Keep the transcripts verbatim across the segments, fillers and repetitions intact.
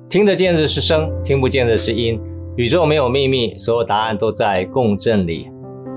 听得见的是声，听不见的是音。宇宙没有秘密，所有答案都在共振里。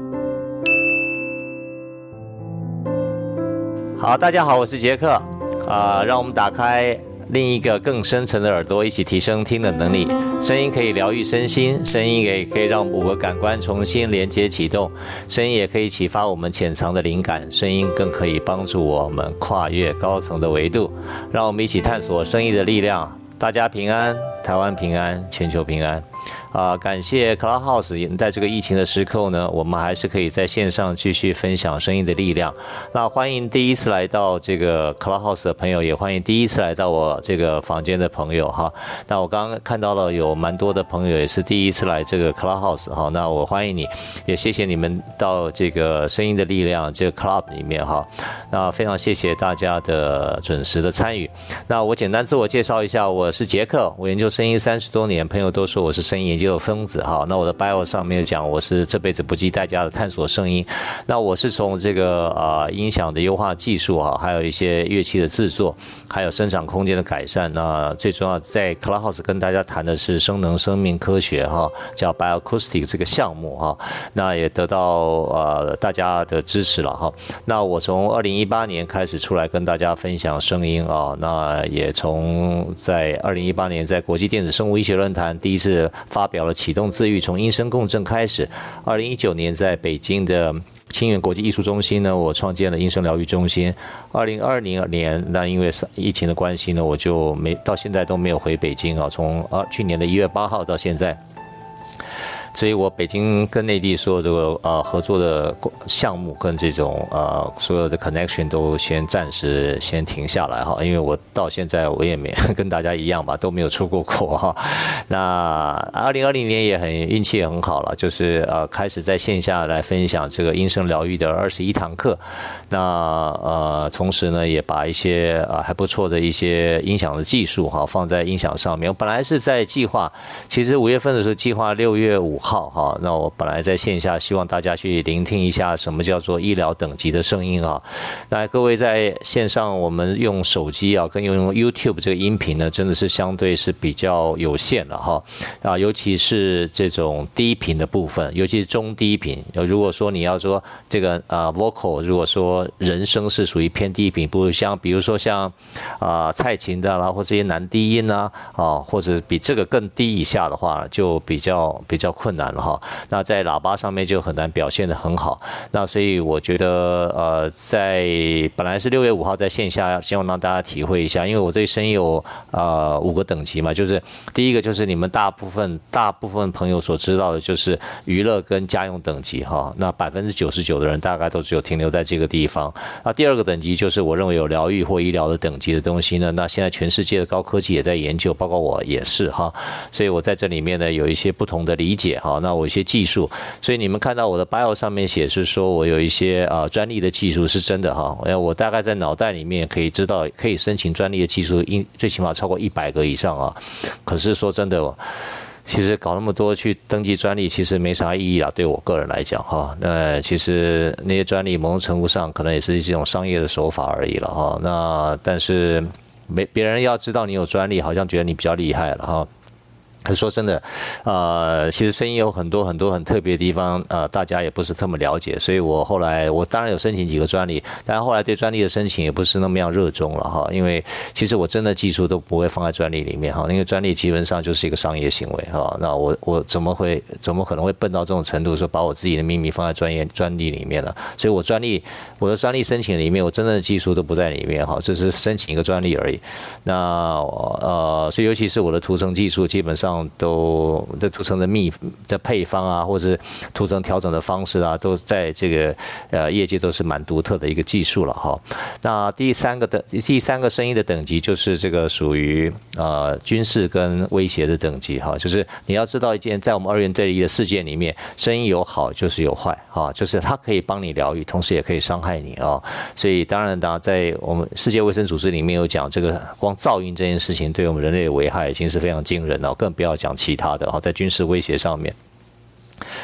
好，大家好，我是杰克。啊、呃，让我们打开另一个更深层的耳朵，一起提升听的能力。声音可以疗愈身心，声音也可以让五个感官重新连接启动，声音也可以启发我们潜藏的灵感，声音更可以帮助我们跨越高层的维度。让我们一起探索声音的力量。大家平安，台湾平安，全球平安。啊、呃，感谢 Clubhouse， 在这个疫情的时刻呢，我们还是可以在线上继续分享声音的力量。那欢迎第一次来到这个 Clubhouse 的朋友，也欢迎第一次来到我这个房间的朋友哈。那我刚刚看到了有蛮多的朋友也是第一次来这个 Clubhouse 哈，那我欢迎你，也谢谢你们到这个声音的力量这个 Club 里面哈。那非常谢谢大家的准时的参与。那我简单自我介绍一下，我是杰克，我研究声音三十多年，朋友都说我是声音研究的疯子哈。那我的 bio 上面讲我是这辈子不计代价的探索声音。那我是从这个呃音响的优化技术哈，还有一些乐器的制作，还有声场空间的改善。那最重要在 Clubhouse 跟大家谈的是声能生命科学哈，叫 Bioacoustic 这个项目哈。那也得到呃大家的支持了哈。那我从二零一八年开始出来跟大家分享声音啊，那也从在二零一八年在国际电子生物医学论坛第一次发表了启动自愈从音声共振开始。二零一九年在北京的清源国际艺术中心呢，我创建了音声疗愈中心。二零二零年，那因为疫情的关系呢，我就没到现在都没有回北京啊，从呃去年的一月八号到现在。所以我北京跟内地所有的呃合作的项目跟这种呃所有的 connection 都先暂时先停下来哈，因为我到现在我也没跟大家一样吧，都没有出过国哈。那二零二零年也很运气也很好了，就是呃开始在线下来分享这个音声疗愈的二十一堂课。那呃同时呢也把一些呃还不错的一些音响的技术哈放在音响上面。我本来是在计划，其实五月份的时候计划六月五号哈，那我本来在线下希望大家去聆听一下什么叫做医疗等级的声音啊。那各位在线上，我们用手机啊，跟用 YouTube 这个音频呢，真的是相对是比较有限了哈啊，尤其是这种低频的部分，尤其是中低频。如果说你要说这个呃 vocal， 如果说人声是属于偏低频，不如像比如说像啊、呃、蔡琴的啦，或这些男低音啊啊，或者比这个更低以下的话，就比较比较困难了哈。那在喇叭上面就很难表现得很好。那所以我觉得呃，在本来是六月五号在线下，希望让大家体会一下，因为我对声音有呃五个等级嘛，就是第一个就是你们大部分大部分朋友所知道的就是娱乐跟家用等级哈，那百分之九十九的人大概都只有停留在这个地方。那第二个等级就是我认为有疗愈或医疗的等级的东西呢，那现在全世界的高科技也在研究，包括我也是哈，所以我在这里面呢有一些不同的理解哈。那我一些技术，所以你们看到我的 bio 上面写是说我有一些啊专利的技术是真的哈，我大概在脑袋里面可以知道可以申请专利的技术，最起码超过一百个以上啊。可是说真的，其实搞那么多去登记专利，其实没啥意义啦，对我个人来讲哈。那其实那些专利某种程度上可能也是一种商业的手法而已了哈。那但是没别人要知道你有专利，好像觉得你比较厉害了哈。可是说真的，呃，其实声音有很多很多很特别的地方，呃，大家也不是这么了解，所以我后来我当然有申请几个专利，但后来对专利的申请也不是那么样热衷了哈，因为其实我真的技术都不会放在专利里面哈，因为专利基本上就是一个商业行为哈，那我我怎么会怎么可能会笨到这种程度，说把我自己的秘密放在专业专利里面呢？所以我专利我的专利申请里面，我真正的技术都不在里面哈，这是申请一个专利而已。那呃，所以尤其是我的涂层技术，基本上都这涂层的秘的配方啊，或者涂层调整的方式啊，都在这个呃业界都是蛮独特的一个技术了哈。那第三个的第三个声音的等级就是这个属于呃军事跟威胁的等级哈，就是你要知道一件在我们二元对立的世界里面，声音有好就是有坏哈，就是它可以帮你疗愈，同时也可以伤害你啊。所以当然当然在我们世界卫生组织里面有讲，这个光噪音这件事情对我们人类的危害已经是非常惊人了，更不要讲其他的哈，在军事威胁上面。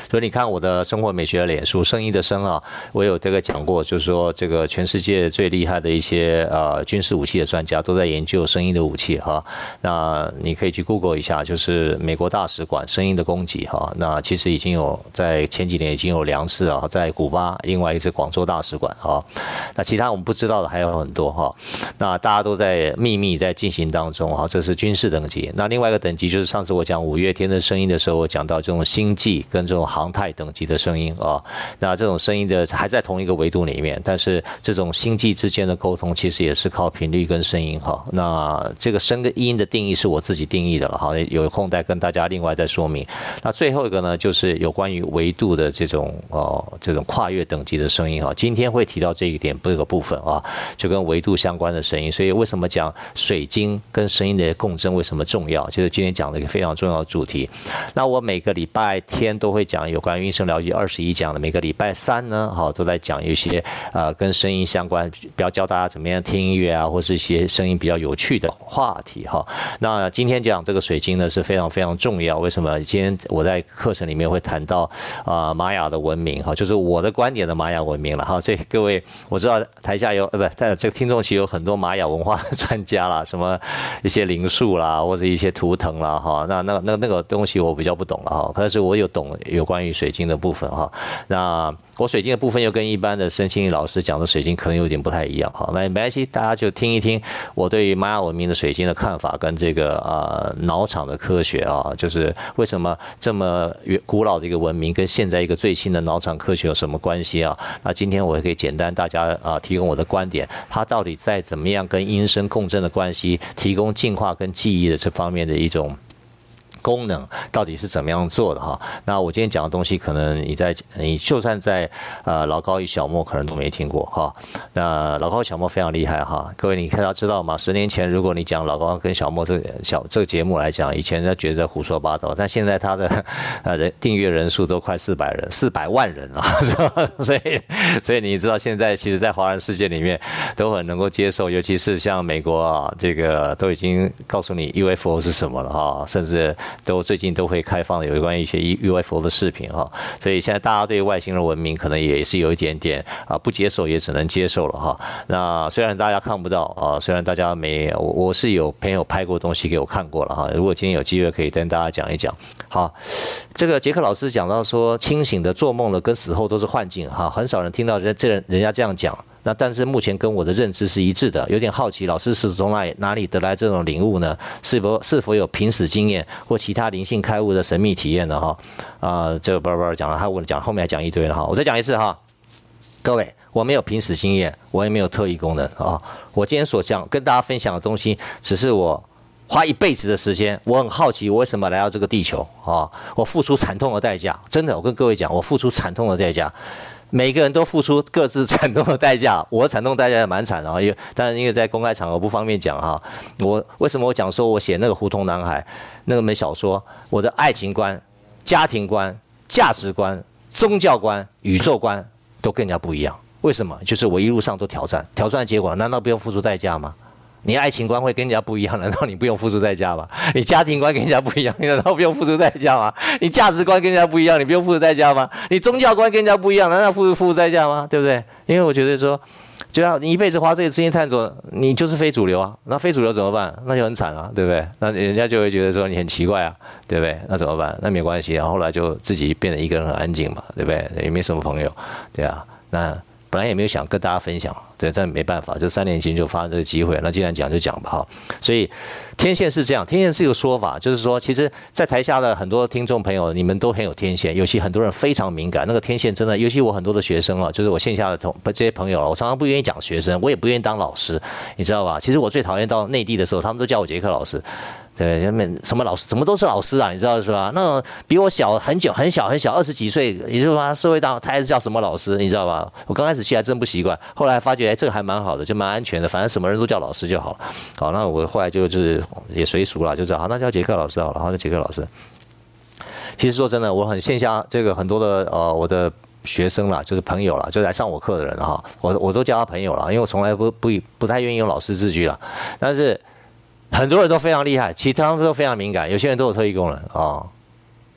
所以你看我的生活美学的脸书，声音的声啊，我有这个讲过，就是说这个全世界最厉害的一些呃军事武器的专家都在研究声音的武器哈。那你可以去 Google 一下，就是美国大使馆声音的攻击哈。那其实已经有在前几年已经有两次啊，在古巴，另外一次广州大使馆哈。那其他我们不知道的还有很多哈。那大家都在秘密在进行当中哈，这是军事等级。那另外一个等级就是上次我讲五月天的声音的时候，我讲到这种星际跟这种航太等级的声音啊。那这种声音的还在同一个维度里面，但是这种星际之间的沟通其实也是靠频率跟声音哈。那这个声跟音的定义是我自己定义的了哈，有空再跟大家另外再说明。那最后一个呢，就是有关于维度的这种哦这种跨越等级的声音哈。今天会提到这一点这个部分啊，就跟维度相关的声音。所以为什么讲水晶跟声音的共振为什么重要？就是今天讲的一个非常重要的主题。那我每个礼拜天都会讲有关于音声疗愈二十一讲的，每个礼拜三呢，好都在讲一些呃跟声音相关，不要教大家怎么样听音乐啊，或是一些声音比较有趣的话题哈。那今天讲这个水晶呢是非常非常重要。为什么？今天我在课程里面会谈到啊、呃、玛雅的文明哈，就是我的观点的玛雅文明了哈。所以各位，我知道台下有呃不，在这个听众其实有很多玛雅文化的专家啦，什么一些灵数啦，或者一些图腾啦哈。那那那那个东西我比较不懂了哈，但是我有懂有关于水晶的部分哈。那我水晶的部分又跟一般的身心灵老师讲的水晶可能有点不太一样哈。那没关系，大家就听一听我对于玛雅文明的水晶的看法跟这个呃脑场的科学啊，就是为什么这么古老的一个文明跟现在一个最新的脑场科学有什么关系啊？那今天我也可以简单大家啊提供我的观点，它到底在怎么样跟音声共振的关系，提供进化跟记忆的这方面的一种功能到底是怎么样做的哈？那我今天讲的东西，可能你在你就算在呃老高与小莫可能都没听过哈。那老高小莫非常厉害哈，各位你看到知道吗？十年前如果你讲老高跟小莫这个小这个节目来讲，以前人家觉得胡说八道，但现在他的呃人订阅人数都快四百人，四百万人啊，是吧？所以所以你知道现在其实，在华人世界里面都很能够接受，尤其是像美国啊，这个都已经告诉你 U F O 是什么了哈，甚至都最近都会开放有关于一些 U F O 的视频哈，所以现在大家对外星人文明可能也是有一点点啊不接受，也只能接受了哈。那虽然大家看不到啊，虽然大家没我我是有朋友拍过东西给我看过了哈，如果今天有机会可以跟大家讲一讲。好，这个杰克老师讲到说，清醒的、做梦的跟死后都是幻境哈，很少人听到人这人家这样讲。那但是目前跟我的认知是一致的，有点好奇老师是从哪里哪里得来这种领悟呢？是否是否有濒死经验或其他灵性开悟的神秘体验呢？哈啊、呃，这个叭叭讲了，他问讲后面还讲一堆了哈，我再讲一次哈，各位，我没有濒死经验，我也没有特异功能啊，我今天所讲跟大家分享的东西，只是我花一辈子的时间，我很好奇我为什么来到这个地球啊，我付出惨痛的代价，真的，我跟各位讲，我付出惨痛的代价。每个人都付出各自惨痛的代价，我惨痛代价也蛮惨的，因为当然因为在公开场合不方便讲哈。我为什么我讲说我写那个《胡同男孩》那个本小说，我的爱情观、家庭观、价值观、宗教观、宇宙观都更加不一样。为什么？就是我一路上都挑战，挑战的结果难道不用付出代价吗？你爱情观会跟人家不一样，难道你不用付出代价吗？你家庭观跟人家不一样，你难道不用付出代价吗？你价值观跟人家不一样，你不用付出代价吗？你宗教观跟人家不一样，难道付出付出代价吗？对不对？因为我觉得说，就要你一辈子花这个时间探索，你就是非主流啊。那非主流怎么办？那就很惨啊，对不对？那人家就会觉得说你很奇怪啊，对不对？那怎么办？那没关系，然后后来就自己变得一个人很安静嘛，对不对？也没什么朋友，对啊，那。本来也没有想跟大家分享，对，但没办法，就三年前就发生这个机会，那既然讲就讲吧哈。所以天线是这样，天线是一个说法，就是说，其实，在台下的很多听众朋友，你们都很有天线，尤其很多人非常敏感，那个天线真的，尤其我很多的学生啊，就是我线下的同这些朋友，我常常不愿意讲学生，我也不愿意当老师，你知道吧？其实我最讨厌到内地的时候，他们都叫我杰克老师。对，什么老师，怎么都是老师啊，你知道是吧？那比我小很久，很小很小，二十几岁，也就是说社会当他还是叫什么老师，你知道吧？我刚开始去还真不习惯，后来发觉哎，这个还蛮好的，就蛮安全的，反正什么人都叫老师就好了。好，那我后来就就是也随俗了，就知道好，那叫杰克老师好了，好，那杰克老师。其实说真的，我很线下这个很多的呃我的学生啦，就是朋友啦，就来上我课的人哈，我我都叫他朋友了，因为我从来不不不太愿意用老师自居了，但是。很多人都非常厉害，其他人都非常敏感，有些人都有特异功能啊、哦。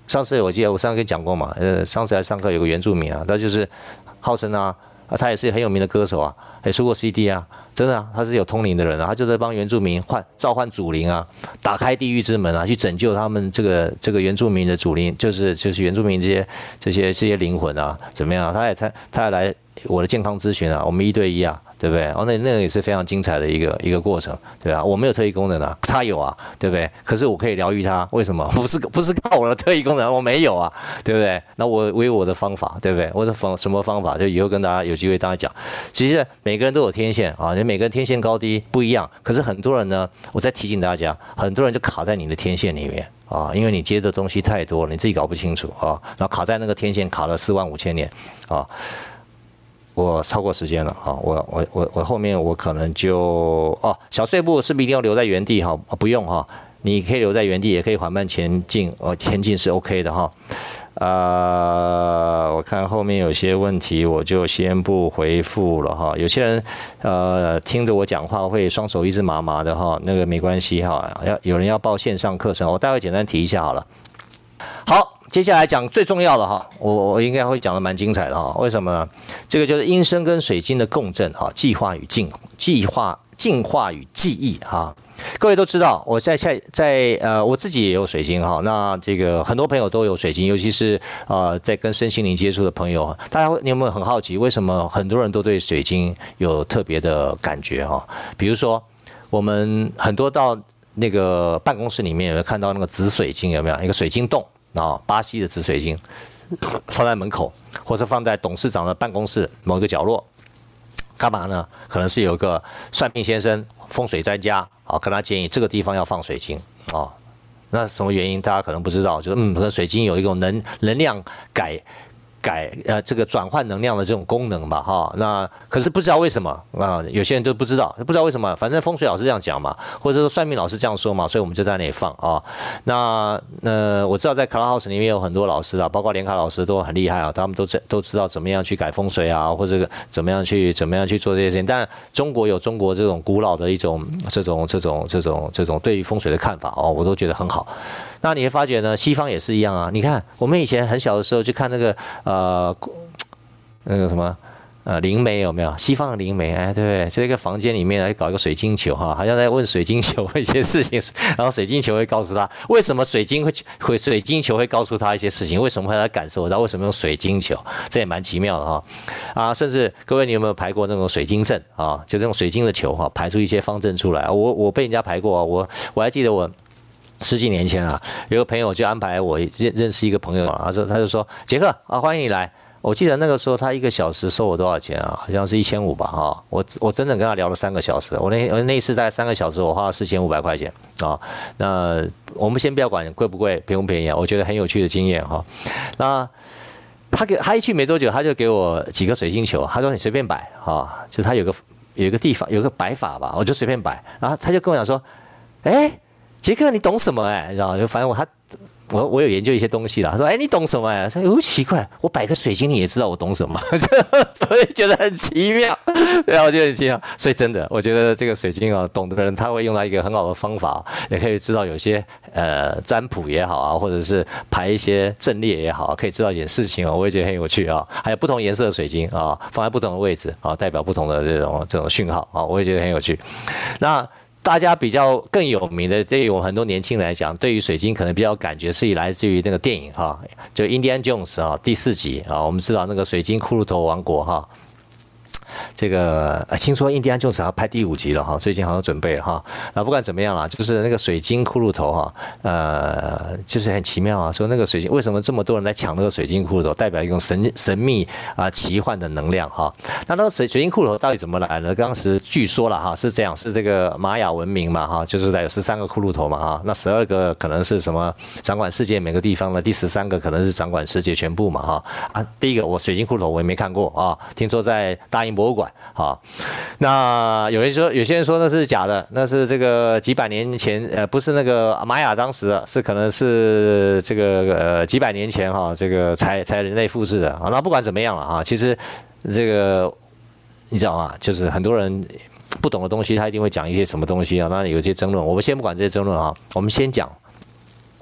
上次我记得我上次跟你讲过嘛，呃，上次来上课有个原住民啊，他就是号称啊，啊他也是很有名的歌手啊，也出过 C D 啊，真的啊，他是有通灵的人啊，他就在帮原住民换召唤祖灵啊，打开地狱之门啊，去拯救他们这个这个原住民的祖灵，就是就是原住民这些这些这些灵魂啊，怎么样？他也他他也来我的健康咨询啊，我们一对一啊。对不对？哦，那那个也是非常精彩的一个一个过程，对吧？我没有特异功能啊，他有啊，对不对？可是我可以疗愈他，为什么？不是不是靠我的特异功能，我没有啊，对不对？那我我有我的方法，对不对？我的方什么方法？就以后跟大家有机会大家讲。其实每个人都有天线啊，你每个人天线高低不一样，可是很多人呢，我在提醒大家，很多人就卡在你的天线里面。啊，因为你接的东西太多了，你自己搞不清楚啊，然后卡在那个天线卡了四万五千年啊。我超过时间了啊！我我我我后面我可能就哦，小碎步是不是一定要留在原地哈？不用哈，你可以留在原地，也可以缓慢前进，呃，前进是 OK 的哈。呃，我看后面有些问题，我就先不回复了哈。有些人呃听着我讲话会双手一直麻麻的哈，那个没关系哈。要有人要报线上课程，我待会简单提一下好了。好。接下来讲最重要的哈，我我应该会讲的蛮精彩的哈。为什么呢？这个就是音声跟水晶的共振哈，计划与进计划进化与记忆哈。各位都知道，我在在在呃我自己也有水晶哈。那这个很多朋友都有水晶，尤其是呃在跟身心灵接触的朋友，大家你有没有很好奇，为什么很多人都对水晶有特别的感觉哈？比如说我们很多到那个办公室里面有没有看到那个紫水晶？有没有一个水晶洞？啊，巴西的紫水晶放在门口，或者放在董事长的办公室某一个角落，干嘛呢？可能是有一个算命先生、风水专家啊，跟他建议这个地方要放水晶啊。那什么原因？大家可能不知道，就是嗯，可能水晶有一种能能量改。改呃这个转换能量的这种功能吧哈，那可是不知道为什么啊，有些人都不知道，不知道为什么，反正风水老师这样讲嘛，或者说算命老师这样说嘛，所以我们就在那里放啊。那呃我知道在 Clubhouse 里面有很多老师啊，包括连卡老师都很厉害啊，他们都都知道怎么样去改风水啊，或者怎么样去怎么样去做这些事情。但中国有中国这种古老的一种这种这种这种这种对于风水的看法哦，我都觉得很好。那你会发觉呢，西方也是一样啊。你看，我们以前很小的时候去看那个呃那个什么呃灵媒有没有？西方的灵媒，哎，对不对？在一个房间里面来搞一个水晶球哈，好像在问水晶球一些事情，然后水晶球会告诉他为什么水晶会会水晶球会告诉他一些事情，为什么会来感受到，为什么用水晶球，这也蛮奇妙的哈。啊，甚至各位你有没有排过那种水晶阵啊？就这种水晶的球哈，排出一些方阵出来。我我被人家排过，我我还记得我。十几年前啊，有个朋友就安排我认认识一个朋友啊，他说他就说杰克啊，欢迎你来。我记得那个时候他一个小时收我多少钱啊？好像是一千五吧哈。我我真的跟他聊了三个小时，我那我那一次大概三个小时，我花了四千五百块钱啊。那我们先不要管贵不贵、便不便宜啊，我觉得很有趣的经验哈。那他给他一去没多久，他就给我几个水晶球，他说你随便摆啊，就他有个有一个地方有个摆法吧，我就随便摆。然后他就跟我讲说，哎。杰克，你懂什么哎、欸？然后就反正我他我我有研究一些东西啦。他说，哎、欸，你懂什么哎、欸？说，哦，奇怪，我摆个水晶，你也知道我懂什么，所以觉得很奇妙。对啊，我觉得很奇妙。所以真的，我觉得这个水晶啊，懂的人他会用到一个很好的方法，也可以知道有些呃占卜也好啊，或者是排一些阵列也好，可以知道一点事情啊，我也觉得很有趣啊。还有不同颜色的水晶啊，放在不同的位置啊，代表不同的这种这种讯号啊，我也觉得很有趣。那。大家比较更有名的，对于我们很多年轻人来讲，对于水晶可能比较感觉是来自于那个电影哈，就《Indiana Jones》啊第四集啊，我们知道那个水晶骷髅头王国哈。这个听说印第安琼斯要拍第五集了哈，最近好像准备了哈。那不管怎么样啦，就是那个水晶骷髅头哈，呃，就是很奇妙啊。说那个水晶为什么这么多人来抢那个水晶骷髅头，代表一种神神秘啊、呃、奇幻的能量哈。那那个水水晶骷髅头到底怎么来呢？当时据说了哈，是这样，是这个玛雅文明嘛哈，就是在有十三个骷髅头嘛哈，那十二个可能是什么掌管世界每个地方的，第十三个可能是掌管世界全部嘛哈。啊，第一个我水晶骷髅头我也没看过啊，听说在大英博物馆。好，那有人说，有些人说那是假的，那是这个几百年前，呃，不是那个玛雅当时的，是可能是这个呃几百年前哈，这个才才人类复制的啊。那不管怎么样了哈，其实这个你知道吗？就是很多人不懂的东西，他一定会讲一些什么东西啊。那有些争论，我们先不管这些争论啊，我们先讲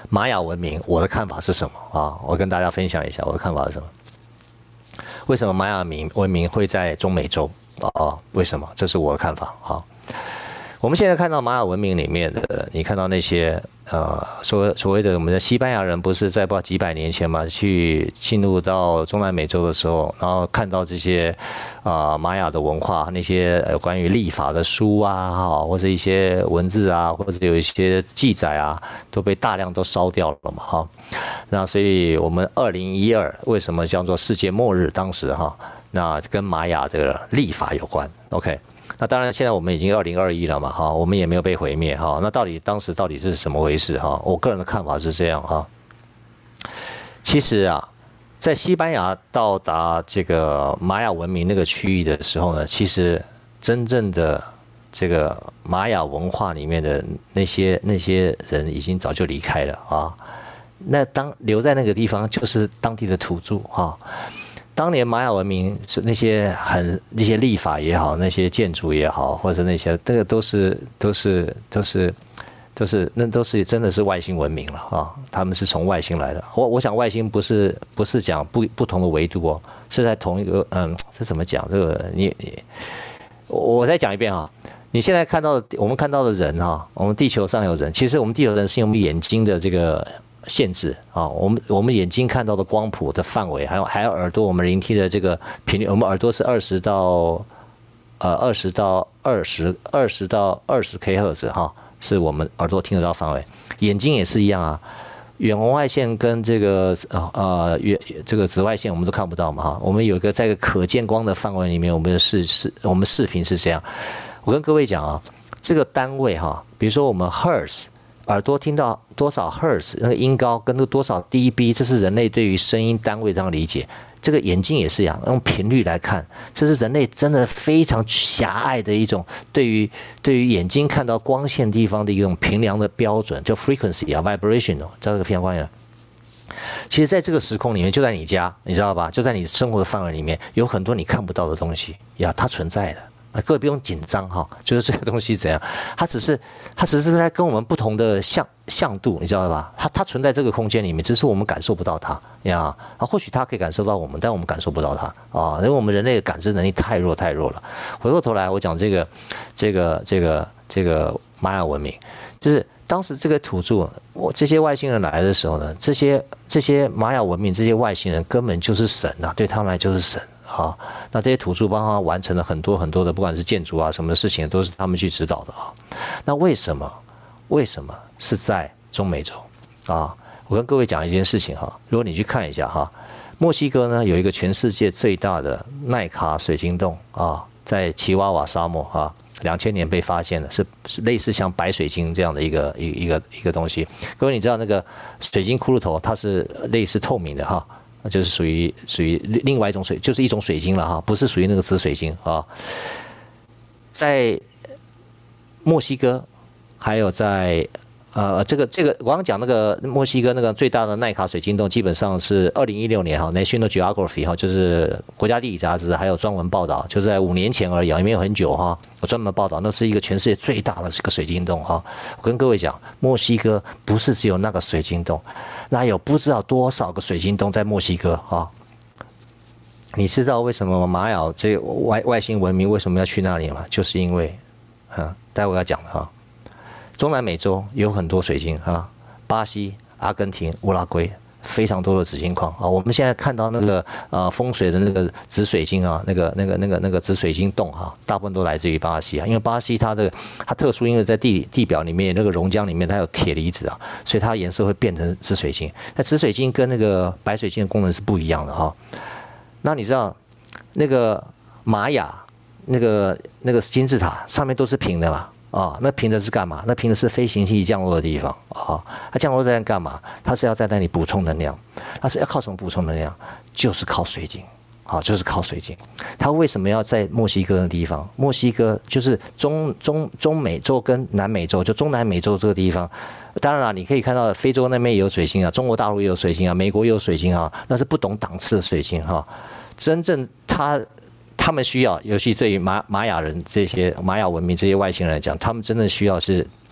玛雅文明，我的看法是什么啊？我跟大家分享一下我的看法是什么。为什么玛雅文明会在中美洲？哦，为什么？这是我的看法啊。我们现在看到玛雅文明里面的，你看到那些呃所所谓的我们的西班牙人，不是在不知道几百年前嘛，去进入到中南美洲的时候，然后看到这些啊、呃、玛雅的文化，那些呃关于历法的书啊，哈，或者一些文字啊，或者有一些记载啊，都被大量都烧掉了嘛，哈。那所以我们二零一二为什么叫做世界末日？当时哈，那跟玛雅这个历法有关 ，OK。那当然，现在我们已经二零二一了嘛，哈，我们也没有被毁灭，哈。那到底当时到底是什么回事，哈？我个人的看法是这样，哈。其实啊，在西班牙到达这个玛雅文明那个区域的时候呢，其实真正的这个玛雅文化里面的那些那些人已经早就离开了啊。那当留在那个地方就是当地的土著，哈。当年玛雅文明是那些很那些历法也好，那些建筑也好，或者那些这个都是都是都是都是那都是真的是外星文明了啊！他们是从外星来的。我我想外星不是不是讲不不同的维度哦，是在同一个嗯，这怎么讲？这个你你我再讲一遍啊！你现在看到的我们看到的人哈，我们地球上有人，其实我们地球人是用我们眼睛的这个限制啊，我们我们眼睛看到的光谱的范围，还有还有耳朵，我们聆听的这个频率，我们耳朵是二十到呃二十到二十二十到二十 K 赫兹哈，是我们耳朵听得到范围。眼睛也是一样啊，远红外线跟这个呃呃远这个紫外线我们都看不到嘛哈，我们有一个在一个可见光的范围里面，我们的视视我们视频是这样。我跟各位讲啊，这个单位哈，比如说我们 hertz。耳朵听到多少 hertz 那个音高跟那多少 dB， 这是人类对于声音单位这样理解。这个眼睛也是一样，用频率来看，这是人类真的非常狭隘的一种对于对于眼睛看到光线地方的一种评量的标准，叫 frequency 啊 vibration 哦，这个评量关系。其实，在这个时空里面，就在你家，你知道吧？就在你生活的范围里面，有很多你看不到的东西呀，它存在的。啊，各位不用紧张哈，就是这个东西怎样，它只是它只是在跟我们不同的向向度，你知道吧？它它存在这个空间里面，只是我们感受不到它呀。啊，或许它可以感受到我们，但我们感受不到它啊，因为我们人类的感知能力太弱太弱了。回过头来，我讲这个这个这个这个玛雅文明，就是当时这个土著，我这些外星人来的时候呢，这些这些玛雅文明这些外星人根本就是神啊，对他们来就是神。啊，那这些土著帮他完成了很多很多的，不管是建筑啊什么的事情，都是他们去指导的啊。那为什么？为什么是在中美洲啊？我跟各位讲一件事情哈，如果你去看一下哈，墨西哥呢有一个全世界最大的奈卡水晶洞啊，在奇瓦瓦沙漠啊，两千年被发现的，是是类似像白水晶这样的一个一一个一个东西。各位你知道那个水晶骷髅头它是类似透明的哈。就是属于属于另外一种水，就是一种水晶了哈，不是属于那个紫水晶啊。在墨西哥，还有在呃这个这个，我刚刚讲那个墨西哥那个最大的奈卡水晶洞，基本上是二零一六年哈 ，National Geography 哈，就是国家地理杂志还有专门报道，就是在五年前而已，也没有很久哈，我专门报道，那是一个全世界最大的这个水晶洞哈。我跟各位讲，墨西哥不是只有那个水晶洞。那有不知道多少个水晶洞在墨西哥啊？你知道为什么玛雅这外外星文明为什么要去那里吗？就是因为，啊，待会要讲的哈，中南美洲有很多水晶啊，巴西、阿根廷、乌拉圭。非常多的紫金矿啊！我们现在看到那个呃风水的那个紫水晶啊，那个那个那个那个紫水晶洞哈，大部分都来自于巴西啊。因为巴西它的它特殊，因为在地地表里面那个熔浆里面它有铁离子啊，所以它颜色会变成紫水晶。那紫水晶跟那个白水晶的功能是不一样的哈。那你知道那个玛雅那个那个金字塔上面都是平的嘛？啊，那平的是干嘛？那平的是飞行器降落的地方啊。它降落在那干嘛？它是要在那里补充能量。它是要靠什么补充能量？就是靠水晶，啊，就是靠水晶。它为什么要在墨西哥的地方？墨西哥就是中中中美洲跟南美洲，就中南美洲这个地方。当然了，你可以看到非洲那边也有水晶啊，中国大陆也有水晶啊，美国也有水晶啊，那是不懂档次的水晶哈。真正它。他们需要，尤其对于玛玛雅人这些玛雅文明这些外星人来讲，他们真的需要是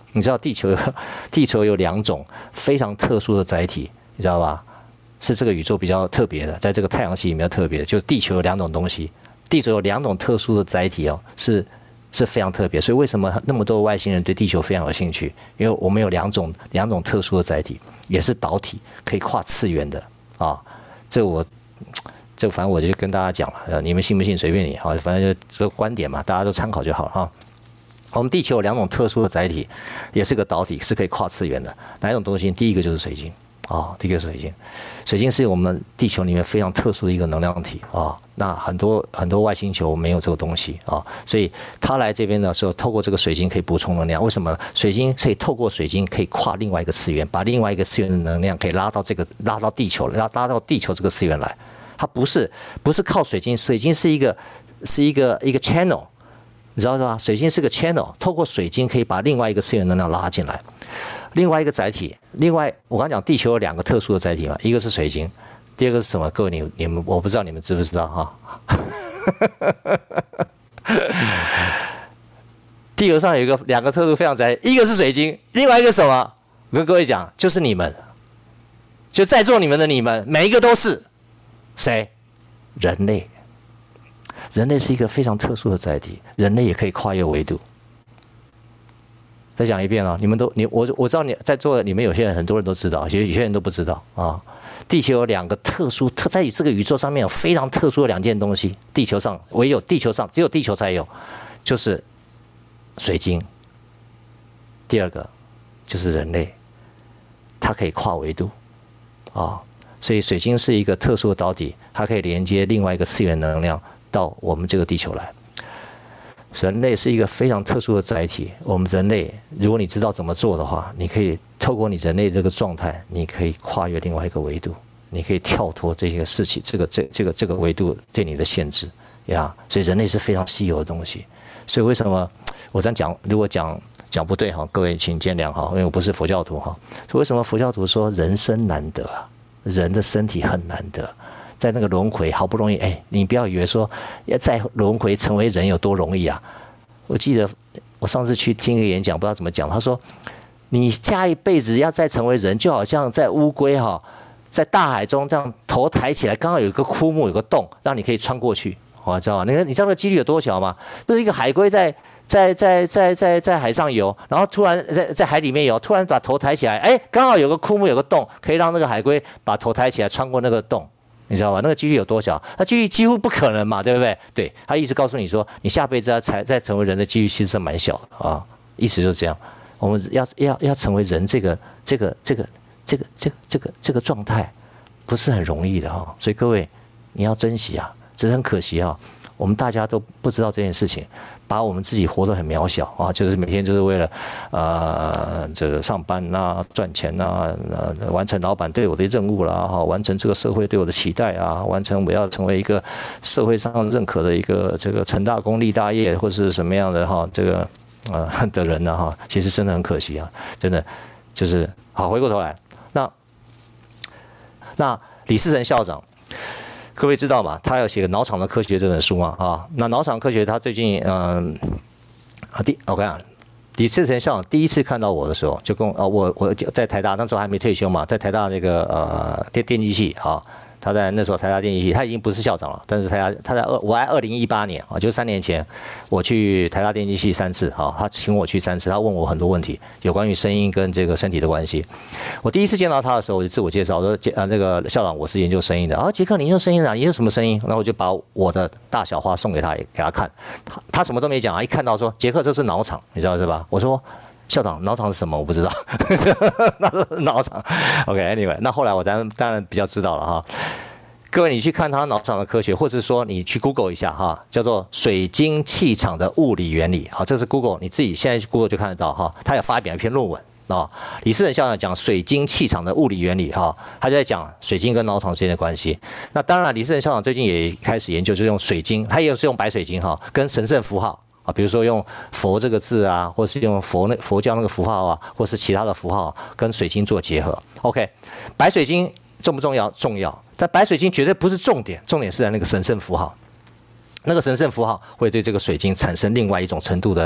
你知道地球有地球有两种非常特殊的载体，你知道吧？是这个宇宙比较特别的，在这个太阳系里面特别的，就是地球有两种东西，地球有两种特殊的载体哦，是是非常特别。所以为什么那么多外星人对地球非常有兴趣？因为我们有两种两种特殊的载体，也是导体，可以跨次元的啊。这我这反正我就跟大家讲了，你们信不信随便你啊，反正就这个观点嘛，大家都参考就好了哈。我们地球有两种特殊的载体，也是个导体，是可以跨次元的。哪一种东西？第一个就是水晶。啊、哦，第一个是水晶，水晶是我们地球里面非常特殊的一个能量体啊、哦。那很多很多外星球没有这个东西啊、哦，所以它来这边的时候，透过这个水晶可以补充能量。为什么？水晶可以透过水晶可以跨另外一个次元，把另外一个次元的能量可以拉到这个拉到地球，拉拉到地球这个次元来。它不是不是靠水晶，水晶是一个是一个一个 channel， 你知道吧？水晶是个 channel， 透过水晶可以把另外一个次元能量拉进来。另外一个载体，另外我刚讲地球有两个特殊的载体嘛，一个是水晶，第二个是什么？各位你你们我不知道你们知不知道哈？地球上有一个两个特殊非常载体，一个是水晶，另外一个什么？我跟各位讲，就是你们，就在座你们的你们，每一个都是谁？人类。人类是一个非常特殊的载体，人类也可以跨越维度。再讲一遍啊！你们都你我我知道你在座的你们有些人很多人都知道，有有些人都不知道啊。地球有两个特殊特，在这个宇宙上面有非常特殊的两件东西，地球上唯有地球上只有地球才有，就是水晶。第二个就是人类，它可以跨维度啊，所以水晶是一个特殊的导体，它可以连接另外一个次元能量到我们这个地球来。人类是一个非常特殊的载体。我们人类，如果你知道怎么做的话，你可以透过你人类这个状态，你可以跨越另外一个维度，你可以跳脱这些事情，这个这这个这个维度对你的限制呀。所以人类是非常稀有的东西。所以为什么我这样讲？如果讲讲不对哈，各位请见谅哈，因为我不是佛教徒哈。所以为什么佛教徒说人生难得啊？人的身体很难得。在那个轮回好不容易，哎，你不要以为说要在轮回成为人有多容易啊！我记得我上次去听一个演讲，不知道怎么讲，他说你下一辈子要再成为人，就好像在乌龟哈，在大海中这样头抬起来，刚好有一个枯木，有个洞，让你可以穿过去，我知道吗？你你知道那几率有多小吗？就是一个海龟在在在在在在海上游，然后突然在在海里面游，突然把头抬起来，哎，刚好有个枯木，有个洞，可以让那个海龟把头抬起来，穿过那个洞。你知道吧？那个几率有多小？那几率几乎不可能嘛，对不对？对，他意思告诉你说，你下辈子要才再成为人的几率其实是蛮小的啊，意思就是这样。我们要要要成为人这个这个这个这个这个这个这个状态，不是很容易的哈。所以各位你要珍惜啊，只是很可惜啊，我们大家都不知道这件事情。把我们自己活得很渺小啊，就是每天就是为了呃这个上班呐、赚钱呐、呃完成老板对我的任务啦，哈，完成这个社会对我的期待啊，完成我要成为一个社会上认可的一个这个成大功立大业或是什么样的哈这个呃的人呢哈，其实真的很可惜啊，真的就是好回过头来，那那李嗣涔校长。各位知道吗？他要写个《脑场的科学》这本书嘛，啊，那《脑场科学》他最近嗯啊第我跟你讲，李嗣涔校长第一次看到我的时候，就跟我啊我我在台大那时候还没退休嘛，在台大那个呃电电机系啊，他在那时候台大电机系，他已经不是校长了，但是台大他在二我在二零一八年啊，就三年前我去台大电机系三次啊，他请我去三次，他问我很多问题，有关于声音跟这个身体的关系。我第一次见到他的时候，我就自我介绍，我说啊那个校长，我是研究声音的啊，杰克你研究声音啊，研究什么声音？然后我就把我的大小花送给他，给他看，他他什么都没讲啊，一看到说杰克这是脑场，你知道是吧？我说。校长，脑场是什么？我不知道。脑场 ，OK，Anyway，、okay, 那后来我当然当然比较知道了哈。各位，你去看他脑场的科学，或者说你去 Google 一下哈，叫做水晶气场的物理原理。好，这是 Google， 你自己现在去 Google 就看得到哈。他有发表一篇论文啊，李嗣涔校长讲水晶气场的物理原理哈，他就在讲水晶跟脑场之间的关系。那当然，李嗣涔校长最近也开始研究，就是用水晶，他也是用白水晶哈，跟神圣符号。啊，比如说用佛这个字啊，或是用佛那佛教那个符号啊，或是其他的符号跟水晶做结合。OK， 白水晶重不重要？重要，但白水晶绝对不是重点，重点是在那个神圣符号。那个神圣符号会对这个水晶产生另外一种程度的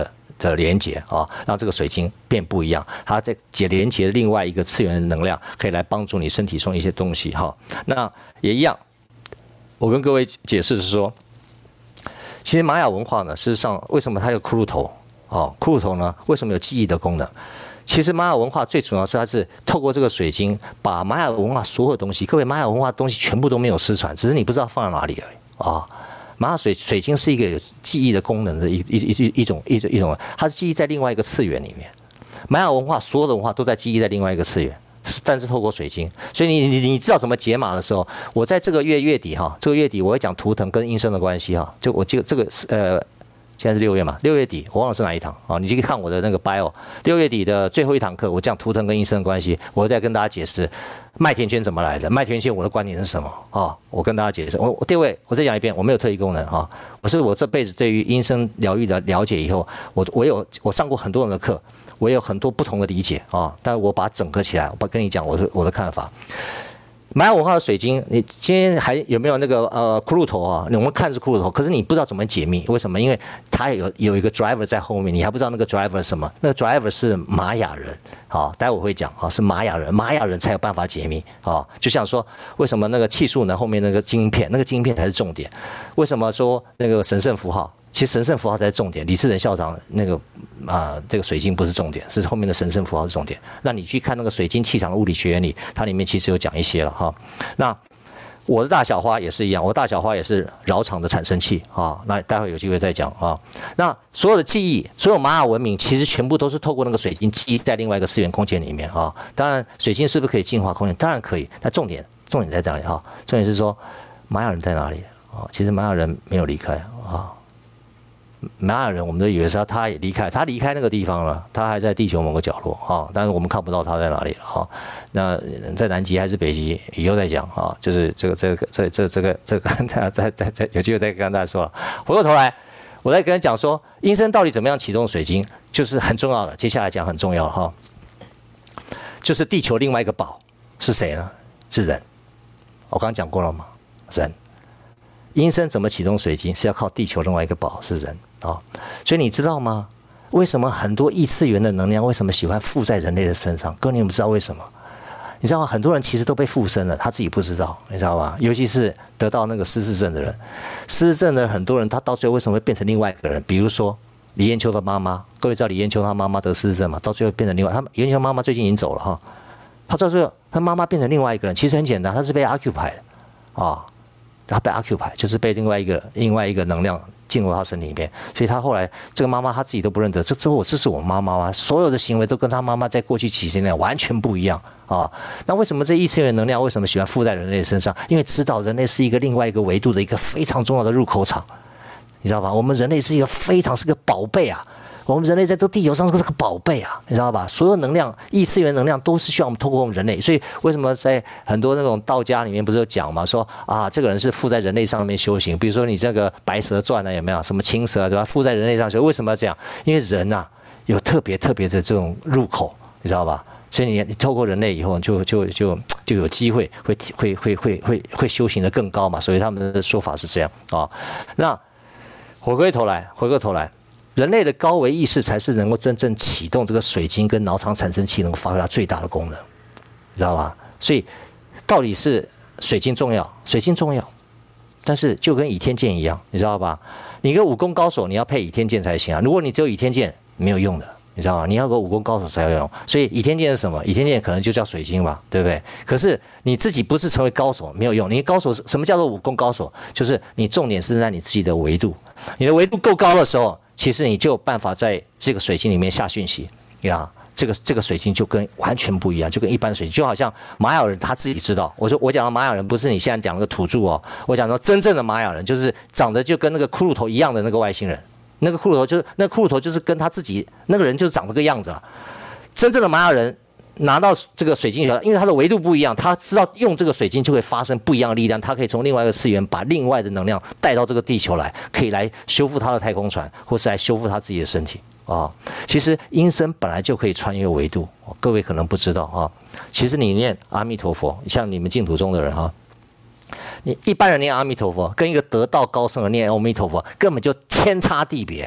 的连接啊，让这个水晶变不一样，它在解连接另外一个次元的能量，可以来帮助你身体中一些东西哈。那也一样，我跟各位解释是说，其实玛雅文化呢，事实上为什么它有骷髅头哦？骷髅头呢，为什么有记忆的功能？其实玛雅文化最主要是它是透过这个水晶，把玛雅文化所有东西，各位玛雅文化的东西全部都没有失传，只是你不知道放在哪里而已啊。哦玛雅水水晶是一个有记忆的功能的一一一一种一种一种，它是记忆在另外一个次元里面。玛雅文化所有的文化都在记忆在另外一个次元，但是透过水晶，所以你你你知道怎么解码的时候，我在这个月月底哈，这个月底我会讲图腾跟音声的关系哈，就我这个这个呃。现在是六月嘛，六月底我忘了是哪一堂啊？你就可以看我的那个 bio， 六月底的最后一堂课，我讲图腾跟音声的关系，我再跟大家解释麦田圈怎么来的。麦田圈我的观点是什么啊？我跟大家解释。我第二位，我再讲一遍，我没有特异功能啊，我是我这辈子对于音声疗愈的了解以后，我我有我上过很多人的课，我有很多不同的理解啊，但我把它整合起来，我跟你讲我的我的看法。玛雅文化的水晶，你今天还有没有那个呃骷髅头啊？我们看是骷髅头，可是你不知道怎么解密，为什么？因为它有有一个 driver 在后面，你还不知道那个 driver 是什么。那个 driver 是玛雅人，好，待会我会讲啊，是玛雅人，玛雅人才有办法解密啊。就像说，为什么那个气数呢？后面那个晶片，那个晶片才是重点。为什么说那个神圣符号？其实神圣符号才是重点。李志仁校长那个啊、呃，这个水晶不是重点，是后面的神圣符号是重点。那你去看那个水晶气场的物理学原理，它里面其实有讲一些了哈。那我的大小花也是一样，我的大小花也是绕场的产生器啊。那待会有机会再讲啊。那所有的记忆，所有玛雅文明，其实全部都是透过那个水晶记忆在另外一个次元空间里面啊。当然，水晶是不是可以净化空间？当然可以。但重点重点在这里哈，重点是说玛雅人在哪里啊？其实玛雅人没有离开啊。玛雅人，我们都以为是他也离开，他离开那个地方了，他还在地球某个角落啊，但是我们看不到他在哪里了啊。那在南极还是北极，以后再讲啊。就是这个这个这这这个这个，再再再有机会再跟大家说了。回过头来，我再跟他讲说，音声到底怎么样启动水晶，就是很重要的。接下来讲很重要哈，就是地球另外一个宝是谁呢？是人。我刚刚讲过了吗？人。音声怎么启动水晶，是要靠地球另外一个宝是人啊、哦，所以你知道吗？为什么很多异次元的能量为什么喜欢附在人类的身上？各位你们不知道为什么？你知道吗？很多人其实都被附身了，他自己不知道，你知道吗？尤其是得到那个失智症的人，失智症的很多人，他到最后为什么会变成另外一个人？比如说李艳秋的妈妈，各位知道李艳秋她妈妈得失智症嘛？到最后变成另外，她李艳秋妈妈最近已经走了哈，她到最后她妈妈变成另外一个人，其实很简单，她是被 occupy 的啊。哦他被 occupy 就是被另外一个另外一个能量进入他身体里面，所以他后来这个妈妈他自己都不认得，这这我这是我妈妈吗？所有的行为都跟他妈妈在过去几十年完全不一样啊！那为什么这异次元能量为什么喜欢附在人类身上？因为知道人类是一个另外一个维度的一个非常重要的入口场，你知道吧？我们人类是一个非常是个宝贝啊！我们人类在这个地球上是个宝贝啊，你知道吧？所有能量、异次元能量都是需要我们透过我们人类，所以为什么在很多那种道家里面不是有讲嘛？说啊，这个人是附在人类上面修行，比如说你这个白蛇传呢，有没有什么青蛇对吧？附在人类上修，为什么要这样？因为人呐、啊、有特别特别的这种入口，你知道吧？所以你你透过人类以后就就就就有机会会会会会会会修行的更高嘛，所以他们的说法是这样啊。那回过头来，回过头来。人类的高维意识才是能够真正启动这个水晶跟脑场产生器，能够发挥它最大的功能，你知道吧？所以到底是水晶重要，水晶重要，但是就跟倚天剑一样，你知道吧？你一个武功高手，你要配倚天剑才行啊！如果你只有倚天剑，没有用的，你知道吗？你要个武功高手才有用。所以倚天剑是什么？倚天剑可能就叫水晶吧，对不对？可是你自己不是成为高手，没有用。你高手什么叫做武功高手？就是你重点是在你自己的维度，你的维度够高的时候。其实你就有办法在这个水晶里面下讯息呀，这个这个水晶就跟完全不一样，就跟一般水晶，就好像玛雅人他自己知道。我说我讲的玛雅人不是你现在讲那个土著哦，我讲说真正的玛雅人就是长得就跟那个骷髅头一样的那个外星人，那个骷髅头就是那个骷髅头就是跟他自己那个人就是长这个样子啊。真正的玛雅人拿到这个水晶球，因为它的维度不一样，他知道用这个水晶就会发生不一样的力量，他可以从另外一个次元把另外的能量带到这个地球来，可以来修复他的太空船，或是来修复他自己的身体啊、哦。其实音声本来就可以穿越维度，各位可能不知道啊、哦。其实你念阿弥陀佛，像你们净土中的人哈、哦，你一般人念阿弥陀佛，跟一个得道高僧的念阿弥陀佛，根本就天差地别。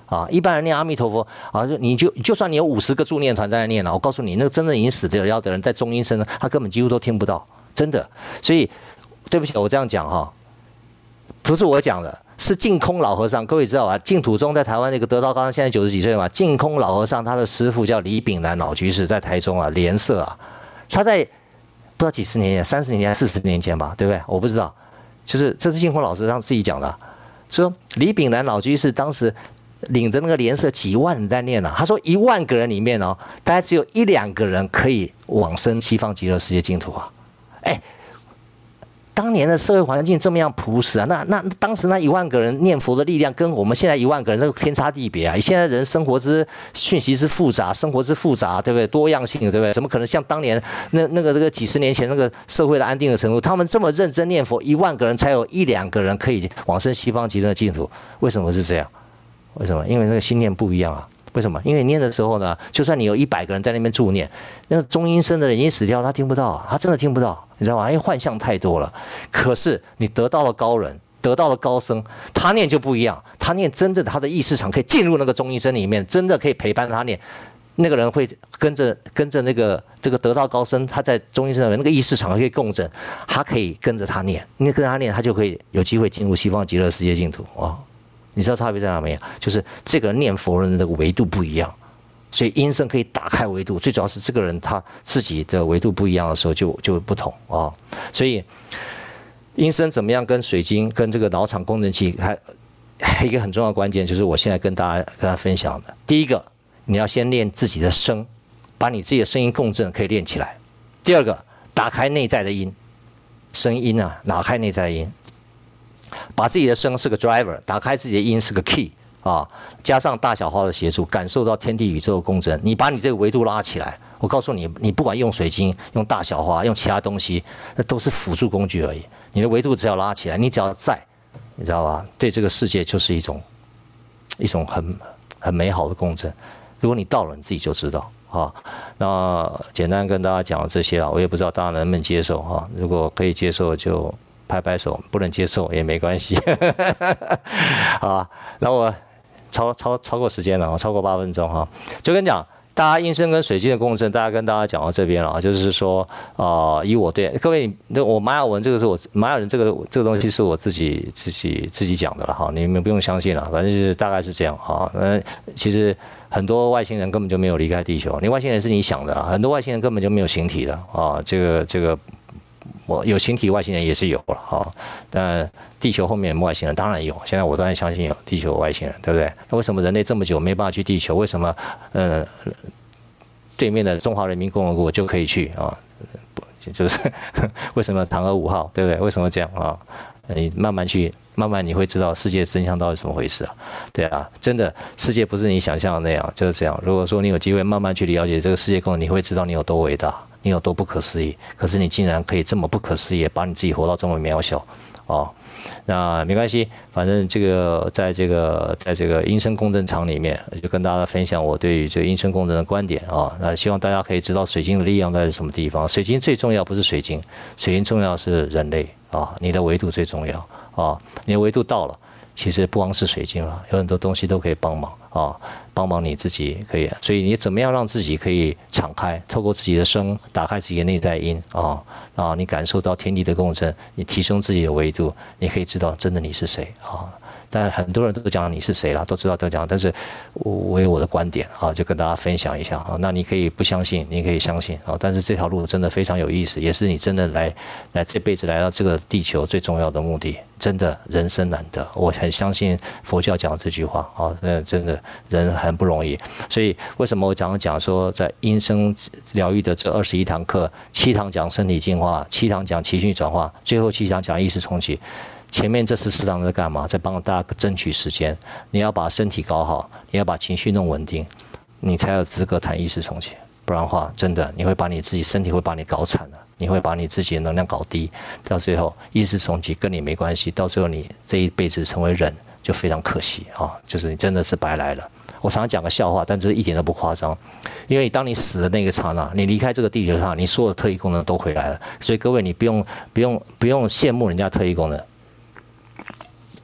啊，一般人念阿弥陀佛啊，就你就就算你有五十个助念团在那念了，我告诉你，那个真正已经死掉了的人，在中阴身，他根本几乎都听不到，真的。所以，对不起，我这样讲哈，不是我讲的，是净空老和尚。各位知道吧？净土宗在台湾那个得道高僧，现在九十几岁嘛。净空老和尚他的师父叫李炳南老居士，在台中啊，莲社啊，他在不知道几十年前，三十年前、四十年前吧，对不对？我不知道，就是这是净空老师让自己讲的，说李炳南老居士当时领着那个莲社几万人在念啊，他说一万个人里面哦，大概只有一两个人可以往生西方极乐世界净土啊，哎。当年的社会环境这么样朴实啊，那那当时那一万个人念佛的力量，跟我们现在一万个人那个天差地别啊！现在人生活之讯息之复杂，生活之复杂，对不对？多样性，对不对？怎么可能像当年那那个这个几十年前那个社会的安定的程度？他们这么认真念佛，一万个人才有一两个人可以往生西方极乐净土，为什么是这样？为什么？因为那个心念不一样啊。为什么？因为念的时候呢，就算你有一百个人在那边助念，那个中阴身的人已经死掉，他听不到啊，他真的听不到，你知道吗？因为幻象太多了。可是你得到了高人，得到了高僧，他念就不一样，他念真正的他的意识场可以进入那个中阴身里面，真的可以陪伴他念。那个人会跟着跟着那个这个得道高僧，他在中阴身里面那个意识场可以共振，他可以跟着他念，你跟着他念，他就可以有机会进入西方极乐世界净土啊。你知道差别在哪没有？就是这个念佛人的维度不一样，所以阴身可以打开维度。最主要是这个人他自己的维度不一样的时候就就不同啊、哦。所以阴身怎么样跟水晶跟这个脑场功能器还还一个很重要的关键，就是我现在跟大家跟大家分享的。第一个，你要先练自己的声，把你自己的声音共振可以练起来。第二个，打开内在的音，声音啊，打开内在的音。把自己的声是个 driver， 打开自己的音是个 key 啊，加上大小花的协助，感受到天地宇宙的共振，你把你这个维度拉起来。我告诉你，你不管用水晶、用大小花、用其他东西，那都是辅助工具而已。你的维度只要拉起来，你只要在，你知道吧？对这个世界就是一种一种很很美好的共振。如果你到了，你自己就知道啊。那简单跟大家讲这些啊，我也不知道大家能不能接受啊。如果可以接受就拍拍手，不能接受也没关系，好吧？那我超超超过时间了，超过八分钟哈，就跟你讲，大家阴身跟水晶的共振，大家跟大家讲到这边了，就是说，呃，以我对各位，我玛雅文这个是我玛雅人这个这个东西是我自己自己自己讲的了哈，你们不用相信了，反正就是大概是这样哈。那其实很多外星人根本就没有离开地球，你外星人是你想的，很多外星人根本就没有形体的啊，这个这个。我有形体外星人也是有了哈，但地球后面有外星人当然有，现在我当然相信有地球有外星人，对不对？那为什么人类这么久没办法去地球？为什么呃对面的中华人民共和国就可以去啊？就是为什么嫦娥五号，对不对？为什么这样啊？你慢慢去，慢慢你会知道世界真相到底是怎么回事啊？对啊，真的世界不是你想象的那样，就是这样。如果说你有机会慢慢去了解这个世界构造，你会知道你有多伟大。你有多不可思议？可是你竟然可以这么不可思议，把你自己活到这么渺小，哦，那没关系，反正这个在这个在这个阴身共振场里面，就跟大家分享我对于这个阴身共振的观点啊、哦。那希望大家可以知道水晶的力量在什么地方。水晶最重要不是水晶，水晶重要是人类啊、哦，你的维度最重要啊、哦，你的维度到了。其实不光是水晶了，有很多东西都可以帮忙啊，帮忙你自己可以。所以你怎么样让自己可以敞开，透过自己的声，打开自己的内在音啊啊，你感受到天地的共振，你提升自己的维度，你可以知道真的你是谁啊。但很多人都讲你是谁啦，都知道都讲，但是我我有我的观点啊，就跟大家分享一下啊。那你可以不相信，你可以相信啊。但是这条路真的非常有意思，也是你真的来来这辈子来到这个地球最重要的目的。真的人生难得，我很相信佛教讲这句话啊，真的人很不容易。所以为什么我常常讲说，在阴身疗愈的这二十一堂课，七堂讲身体净化，七堂讲情绪转化，最后七堂讲意识重启。前面这十四堂在干嘛？在帮大家争取时间。你要把身体搞好，你要把情绪弄稳定，你才有资格谈意识重启。不然的话，真的你会把你自己身体会把你搞惨了，你会把你自己的能量搞低，到最后意识重启跟你没关系，到最后你这一辈子成为人就非常可惜啊！就是你真的是白来了。我常常讲个笑话，但这一点都不夸张，因为当你死的那个刹那，你离开这个地球上，你所有的特异功能都回来了。所以各位，你不用不用不用羡慕人家特异功能。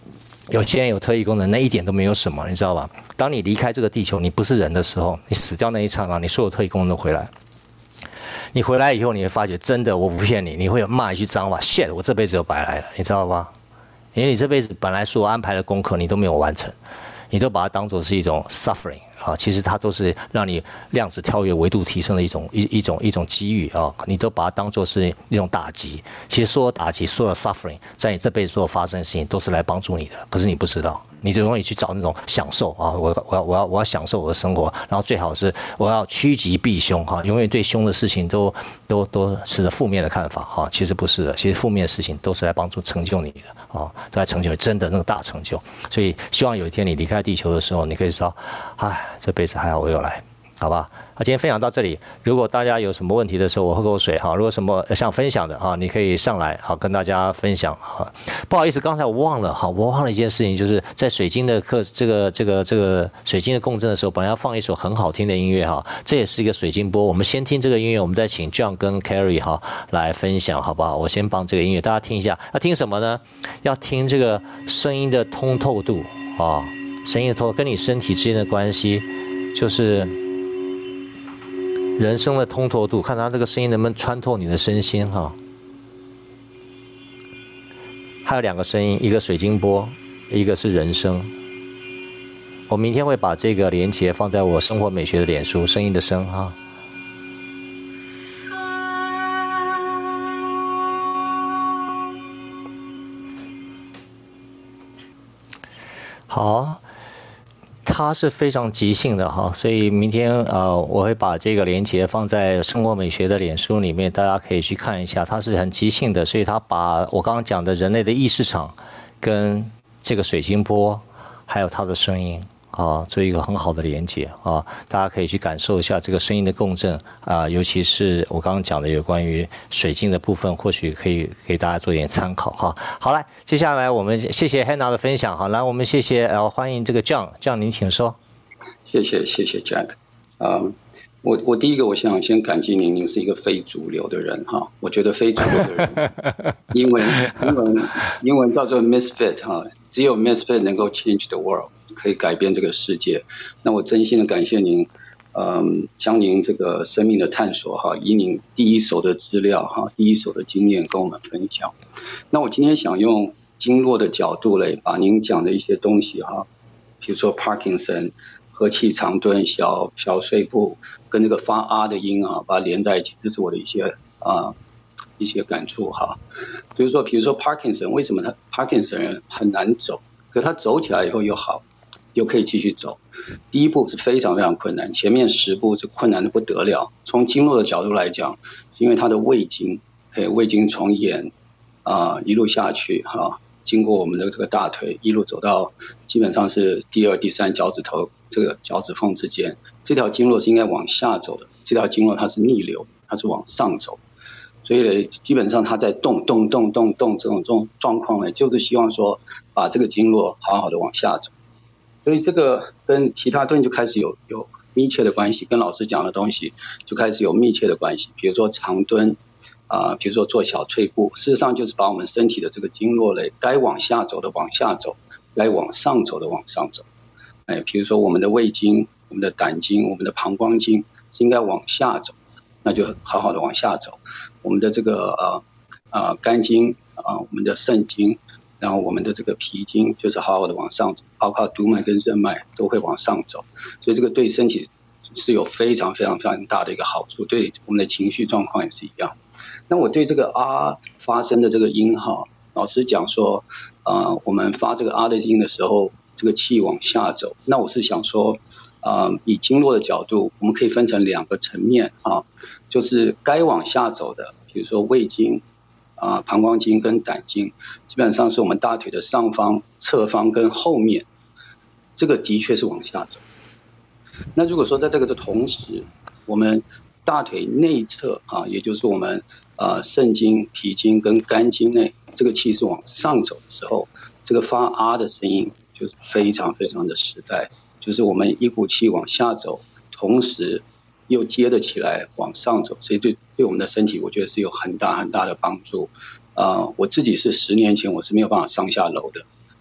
有些人有特异功能，那一点都没有什么，你知道吧？当你离开这个地球，你不是人的时候，你死掉那一刹那，你所有特异功能都回来。你回来以后，你会发觉，真的，我不骗你，你会有骂一句脏话 ，shit， 我这辈子又白来了，你知道吧？因为你这辈子本来所有安排的功课，你都没有完成，你都把它当作是一种 suffering。啊，其实它都是让你量子跳跃、维度提升的一种一一种一种机遇啊，你都把它当作是一种打击。其实所有打击、所有 suffering， 在你这辈子所有发生的事情，都是来帮助你的。可是你不知道，你就容易去找那种享受啊，我我要我要我要享受我的生活，然后最好是我要趋吉避凶哈，永远对凶的事情都都都是负面的看法哈。其实不是的，其实负面的事情都是来帮助成就你的啊，都来成就你真的那个大成就。所以希望有一天你离开地球的时候，你可以知道，唉。这辈子还好我有来，好吧？那今天分享到这里，如果大家有什么问题的时候，我喝口水哈。如果什么想分享的哈，你可以上来好跟大家分享哈。不好意思，刚才我忘了哈，我忘了一件事情，就是在水晶的课这个这个这个水晶的共振的时候，本来要放一首很好听的音乐哈，这也是一个水晶波。我们先听这个音乐，我们再请 John 跟 Carrie 哈来分享，好不好？我先放这个音乐，大家听一下。要听什么呢？要听这个声音的通透度啊，声音的通透跟你身体之间的关系。就是人生的通透度，看他这个声音能不能穿透你的身心哈。还有两个声音，一个水晶波，一个是人声。我明天会把这个连结放在我生活美学的脸书，声音的声哈。好。它是非常即兴的哈，所以明天呃我会把这个连结放在生活美学的脸书里面，大家可以去看一下。它是很即兴的，所以它把我刚刚讲的人类的意识场跟这个水晶波还有它的声音啊做一个很好的连结啊，大家可以去感受一下这个声音的共振啊，尤其是我刚刚讲的有关于水晶的部分，或许可以给大家做一点参考哈。好来，接下来我们谢谢 Hannah 的分享，好，来我们谢谢呃欢迎这个 John，John 您请说。 谢谢谢谢 Jack， 啊、um, 我我第一个我想先感激您，您是一个非主流的人哈，我觉得非主流的人，英文英文英文叫做 misfit 哈，只有 misfit 能够 change the world。可以改变这个世界，那我真心的感谢您，嗯，将您这个生命的探索哈，以您第一手的资料哈，第一手的经验跟我们分享。那我今天想用经络的角度来把您讲的一些东西哈，比如说 Parkinson、和气长蹲、小小碎步跟那个发啊的音啊，把它连在一起，这是我的一些啊一些感触哈。就是说，比如说 Parkinson， 为什么他 Parkinson 人很难走，可他走起来以后又好。又可以继续走。第一步是非常非常困难，前面十步是困难的不得了。从经络的角度来讲，是因为它的胃经，可以胃经从眼啊、呃、一路下去哈、啊，经过我们的这个大腿，一路走到基本上是第二、第三脚趾头这个脚趾缝之间，这条经络是应该往下走的，这条经络它是逆流，它是往上走。所以呢，基本上它在动动动动动这种这种状况呢，就是希望说把这个经络好好的往下走。所以这个跟其他东西就开始有有密切的关系，跟老师讲的东西就开始有密切的关系。比如说长蹲啊、呃，比如说做小碎步，事实上就是把我们身体的这个经络类该往下走的往下走，该往上走的往上走。哎，比如说我们的胃经、我们的胆经、我们的膀胱经是应该往下走，那就好好的往下走。我们的这个呃呃肝经啊、呃，我们的肾经。然后我们的这个脾经就是好好的往上走，包括督脉跟任脉都会往上走，所以这个对身体是有非常非常非常大的一个好处，对我们的情绪状况也是一样。那我对这个啊发声的这个音哈，老师讲说，呃，我们发这个啊的音的时候，这个气往下走。那我是想说，呃，以经络的角度，我们可以分成两个层面啊，就是该往下走的，比如说胃经。啊，膀胱经跟胆经基本上是我们大腿的上方、侧方跟后面，这个的确是往下走。那如果说在这个的同时，我们大腿内侧啊，也就是我们呃肾经、脾经跟肝经内，这个气是往上走的时候，这个发啊的声音就是非常非常的实在，就是我们一股气往下走，同时又接得起来往上走，所以对对我们的身体我觉得是有很大很大的帮助。呃，我自己是十年前我是没有办法上下楼的，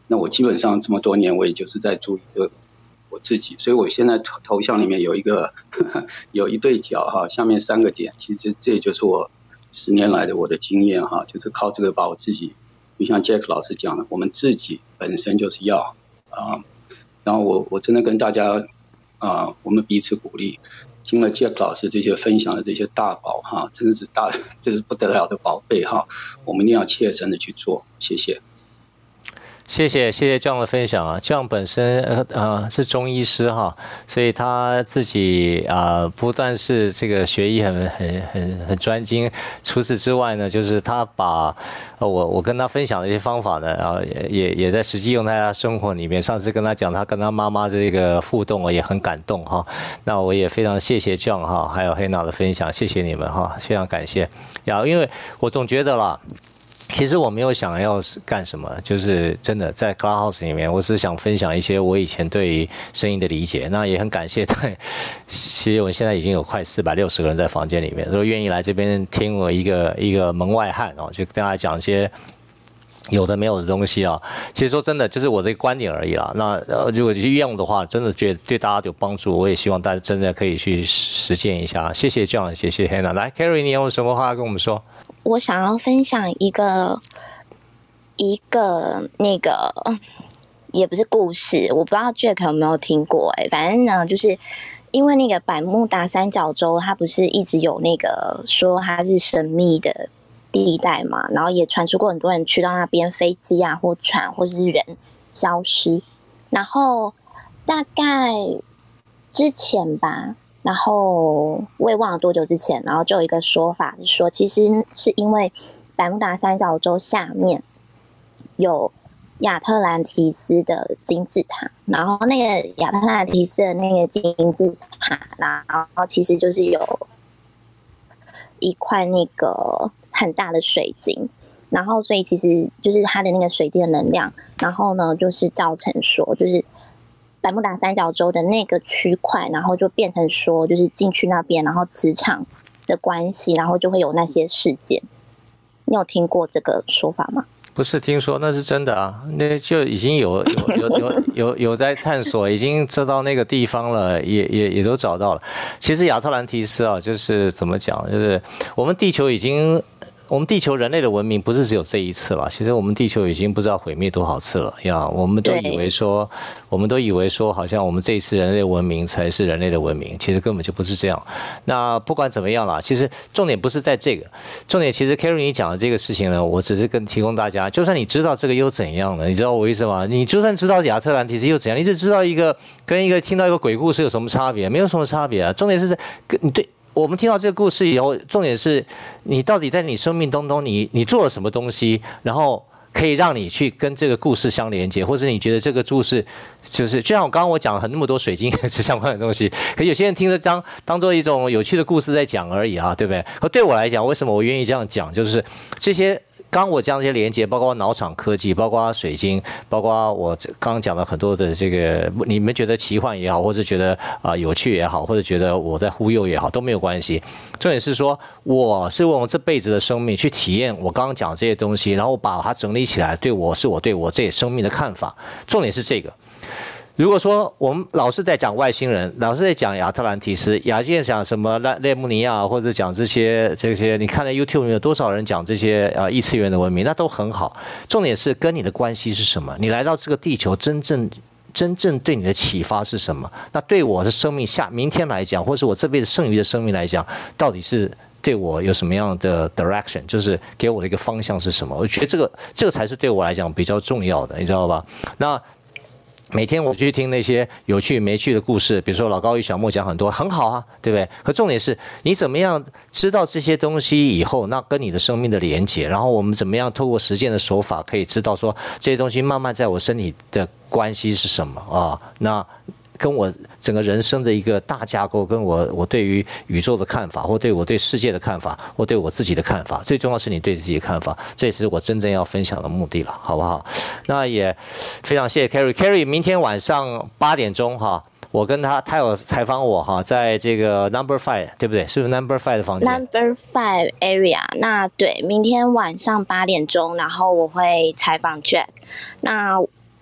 那我基本上这么多年，我也就是在注意这个我自己，所以我现在头头像里面有一个呵呵有一对角哈，下面三个点，其实这就是我十年来的我的经验哈，就是靠这个把我自己，就像 Jack 老师讲的，我们自己本身就是要啊，然后我我真的跟大家啊，我们彼此鼓励。听了 Jack 老师这些分享的这些大宝哈，真的是大，这是不得了的宝贝哈，我们一定要切身的去做，谢谢。 谢谢谢谢 John 的分享啊 ，John 本身呃呃是中医师哈，所以他自己啊、呃、不但是这个学医很很很很专精，除此之外呢，就是他把呃我我跟他分享的一些方法呢，然后也也也在实际用在他生活里面。上次跟他讲他跟他妈妈这个互动，我也很感动哈。那我也非常谢谢 John 哈，还有黑娜的分享，谢谢你们哈，非常感谢。然后因为我总觉得啦。其实我没有想要干什么，就是真的在 Clubhouse 里面，我只是想分享一些我以前对于声音的理解。那也很感谢，对，其实我现在已经有快四百六十个人在房间里面，都愿意来这边听我一个一个门外汉哦，就跟大家讲一些有的没有的东西啊。其实说真的，就是我这个观点而已啦。那呃，如果去用的话，真的觉得对大家有帮助，我也希望大家真的可以去实践一下。谢谢 John， 谢谢 Hannah。来 ，Carrie， 你有什么话跟我们说？ 我想要分享一个一个那个也不是故事，我不知道 Jack 有没有听过哎、欸，反正呢，就是因为那个百慕达三角洲，它不是一直有那个说它是神秘的地带嘛，然后也传出过很多人去到那边，飞机啊或船或是人消失，然后大概之前吧。然后我也忘了多久之前，然后就有一个说法是说，其实是因为百慕达三角洲下面有亚特兰提斯的金字塔，然后那个亚特兰提斯的那个金字塔，然后其实就是有一块那个很大的水晶，然后所以其实就是它的那个水晶的能量，然后呢就是造成说就是。百慕达三角洲的那个区块，然后就变成说，就是进去那边，然后磁场的关系，然后就会有那些事件。你有听过这个说法吗？ 不是听说，那是真的啊，那就已经有有有有有有在探索，已经知道那个地方了，也也也都找到了。其实亚特兰提斯啊，就是怎么讲，就是我们地球已经。我们地球人类的文明不是只有这一次了，其实我们地球已经不知道毁灭多少次了呀。我们都以为说，我们都以为说，好像我们这一次人类文明才是人类的文明，其实根本就不是这样。那不管怎么样啦，其实重点不是在这个，重点其实 Carrie 你讲的这个事情呢，我只是跟提供大家，就算你知道这个又怎样呢？你知道我意思吗？你就算知道亚特兰提斯又怎样？你只知道一个跟一个听到一个鬼故事有什么差别？没有什么差别啊。重点是你对。我们听到这个故事以后，重点是你到底在你生命当中，你你做了什么东西，然后可以让你去跟这个故事相连接，或者你觉得这个故事就是就像我刚刚我讲了很那么多水晶是相关的东西，可有些人听着当当做一种有趣的故事在讲而已啊，对不对？可对我来讲，为什么我愿意这样讲，就是这些。刚我讲这些连接，包括脑场科技，包括水晶，包括我刚刚讲的很多的这个，你们觉得奇幻也好，或者觉得啊、呃、有趣也好，或者觉得我在忽悠也好，都没有关系。重点是说，我是用我这辈子的生命去体验我刚刚讲这些东西，然后把它整理起来，对我是我对我这生命的看法。重点是这个。如果说我们老是在讲外星人，老是在讲亚特兰提斯，亚健讲什么列列姆尼亚，或者讲这些这些，你看在 YouTube 里面有多少人讲这些呃异次元的文明，那都很好。重点是跟你的关系是什么？你来到这个地球，真正真正对你的启发是什么？那对我的生命下明天来讲，或是我这辈子剩余的生命来讲，到底是对我有什么样的 direction？ 就是给我的一个方向是什么？我觉得这个这个才是对我来讲比较重要的，你知道吧？那。每天我去听那些有趣没趣的故事，比如说老高与小莫讲很多，很好啊，对不对？可重点是你怎么样知道这些东西以后，那跟你的生命的连结，然后我们怎么样透过实践的手法，可以知道说这些东西慢慢在我身体的关系是什么啊？那。跟我整个人生的一个大架构，跟我我对于宇宙的看法，或对我对世界的看法，或对我自己的看法，最重要是你对自己的看法，这也是我真正要分享的目的了，好不好？那也非常谢谢 Carrie，Carrie 明天晚上八点钟哈，我跟他他有采访我哈，在这个 Number Five 对不对？是不是 Number Five 的房间 ？Number Five Area， 那对，明天晚上八点钟，然后我会采访 Jack， 那。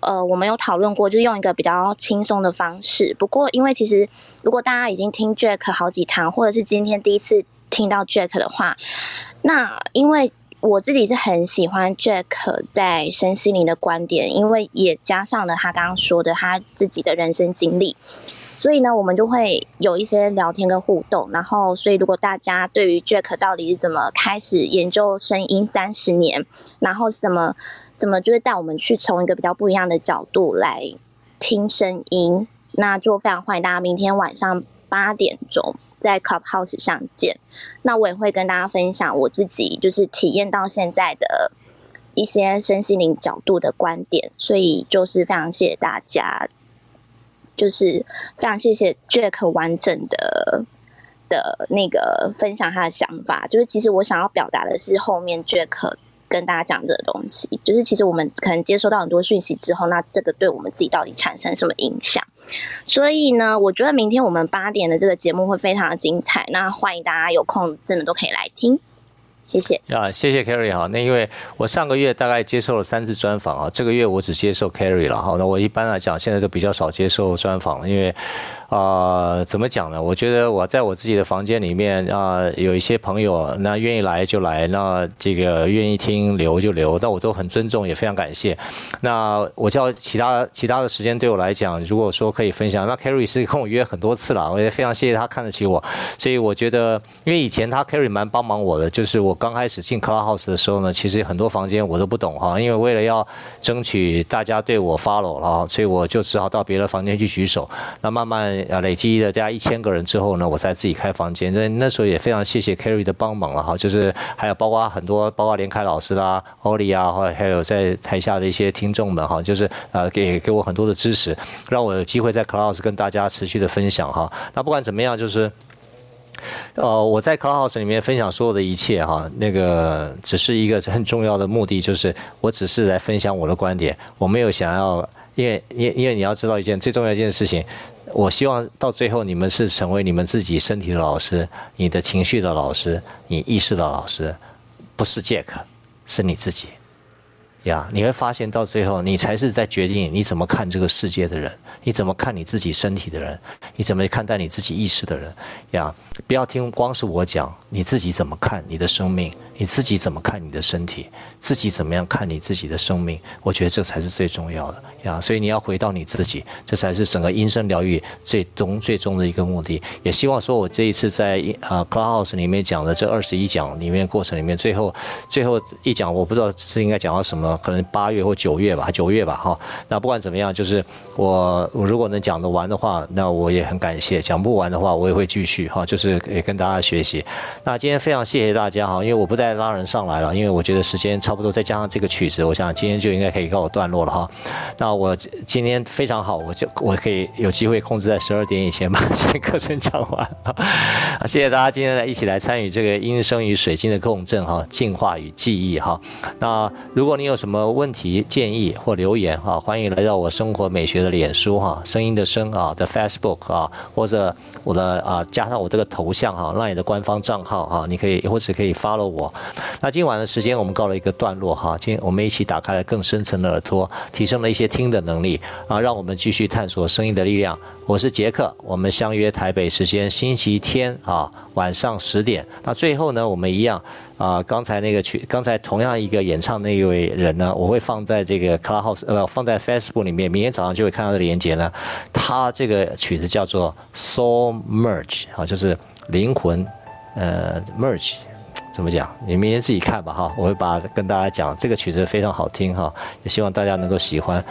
呃，我们有讨论过，就是用一个比较轻松的方式。不过，因为其实如果大家已经听 Jack 好几堂，或者是今天第一次听到 Jack 的话，那因为我自己是很喜欢 Jack 在身心灵的观点，因为也加上了他刚刚说的他自己的人生经历。所以呢，我们就会有一些聊天跟互动，然后，所以如果大家对于 Jack 到底是怎么开始研究声音三十年，然后是怎么怎么就是带我们去从一个比较不一样的角度来听声音，那就非常欢迎大家明天晚上八点钟在 Clubhouse 上见。那我也会跟大家分享我自己就是体验到现在的一些身心灵角度的观点，所以就是非常谢谢大家。就是非常谢谢 Jack 完整的的那个分享他的想法，就是其实我想要表达的是后面 Jack 跟大家讲的东西，就是其实我们可能接收到很多讯息之后，那这个对我们自己到底产生什么影响？所以呢，我觉得明天我们八点的这个节目会非常的精彩，那欢迎大家有空真的都可以来听。谢谢啊，谢谢 Carrie 哈。那因为我上个月大概接受了三次专访啊，这个月我只接受 Carrie 了哈。那我一般来讲现在都比较少接受专访了，因为啊、呃，怎么讲呢？我觉得我在我自己的房间里面啊、呃，有一些朋友那愿意来就来，那这个愿意听留就留，但我都很尊重，也非常感谢。那我叫其他其他的时间对我来讲，如果说可以分享，那 Carrie 是跟我约很多次了，我也非常谢谢他看得起我。所以我觉得，因为以前他 Carrie 蛮帮忙我的，就是我。我刚开始进 Clubhouse 的时候呢，其实很多房间我都不懂哈，因为为了要争取大家对我 follow 了，所以我就只好到别的房间去举手。那慢慢累积了大概一千个人之后呢，我才自己开房间。那那时候也非常谢谢 Carrie 的帮忙了哈，就是还有包括很多，包括连凯老师啦、欧里啊，还有在台下的一些听众们哈，就是呃给给我很多的支持，让我有机会在 Clubhouse 跟大家持续的分享哈。那不管怎么样，就是。呃，我在 Clubhouse 里面分享所有的一切哈，那个只是一个很重要的目的，就是我只是来分享我的观点，我没有想要，因为因为因为你要知道一件最重要一件事情，我希望到最后你们是成为你们自己身体的老师，你的情绪的老师，你意识的老师，不是 Jack， 是你自己。呀，你会发现到最后，你才是在决定你怎么看这个世界的人，你怎么看你自己身体的人，你怎么看待你自己意识的人。呀，不要听光是我讲，你自己怎么看你的生命，你自己怎么看你的身体，自己怎么样看你自己的生命，我觉得这才是最重要的呀。所以你要回到你自己，这才是整个音声疗愈最终最终的一个目的。也希望说我这一次在呃 Clubhouse 里面讲的这二十一讲里面过程里面，最后最后一讲我不知道是应该讲到什么。可能八月或九月吧，九月吧，哈。那不管怎么样，就是我我如果能讲得完的话，那我也很感谢；讲不完的话，我也会继续哈，就是也跟大家学习。那今天非常谢谢大家哈，因为我不再拉人上来了，因为我觉得时间差不多，再加上这个曲子，我想今天就应该可以告我段落了哈。那我今天非常好，我就我可以有机会控制在十二点以前把这个课程讲完。谢谢大家今天来一起来参与这个音声与水晶的共振哈，进化与记忆哈。那如果你有什么问题、建议或留言哈，欢迎来到我生活美学的脸书哈，声音的声啊的 Facebook 啊，或者我的啊加上我这个头像哈，让你的官方账号哈，你可以或者可以 follow 我。那今晚的时间我们告了一个段落哈，今天我们一起打开了更深层的耳朵，提升了一些听的能力啊，让我们继续探索声音的力量。我是杰克，我们相约台北时间星期天啊晚上十点。那最后呢，我们一样啊，刚才那个曲，刚才同样一个演唱那一位人呢，我会放在这个 Clubhouse 呃放在 Facebook 里面，明天早上就会看到的连结呢。他这个曲子叫做 Soul Merge 啊，就是灵魂呃 Merge。怎么讲？你明天自己看吧哈，我会把跟大家讲，这个曲子非常好听哈，也希望大家能够喜欢。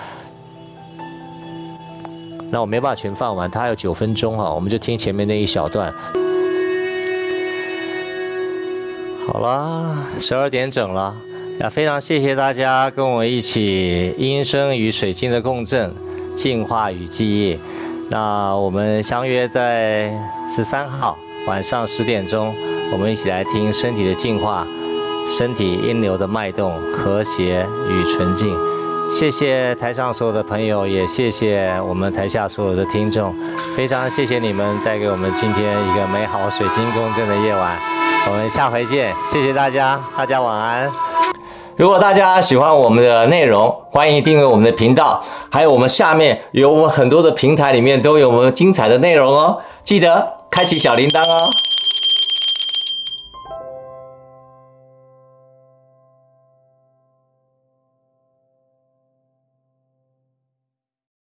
那我没办法全放完，它还有九分钟哈，我们就听前面那一小段。好啦，十二点整了，呀，非常谢谢大家跟我一起音声与水晶的共振，进化与记忆。那我们相约在十三号晚上十点钟，我们一起来听身体的进化，身体音流的脉动、和谐与纯净。谢谢台上所有的朋友，也谢谢我们台下所有的听众，非常谢谢你们带给我们今天一个美好水晶共振的夜晚。我们下回见，谢谢大家，大家晚安。 如果大家喜欢我们的内容，欢迎订阅我们的频道，还有我们下面有我们很多的平台里面都有我们精彩的内容哦，记得开启小铃铛哦。